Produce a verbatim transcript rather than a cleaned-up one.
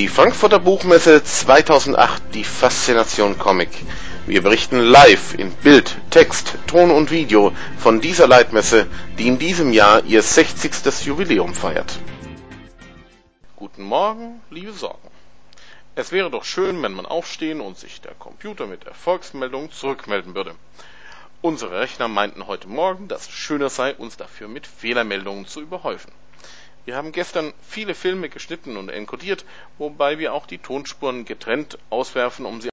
Die Frankfurter Buchmesse zweitausendacht, die Faszination Comic. Wir berichten live in Bild, Text, Ton und Video von dieser Leitmesse, die in diesem Jahr ihr sechzigstes Jubiläum feiert. Guten Morgen, liebe Sorgen. Es wäre doch schön, wenn man aufstehen und sich der Computer mit Erfolgsmeldungen zurückmelden würde. Unsere Rechner meinten heute Morgen, dass es schöner sei, uns dafür mit Fehlermeldungen zu überhäufen. Wir haben gestern viele Filme geschnitten und enkodiert, wobei wir auch die Tonspuren getrennt auswerfen, um sie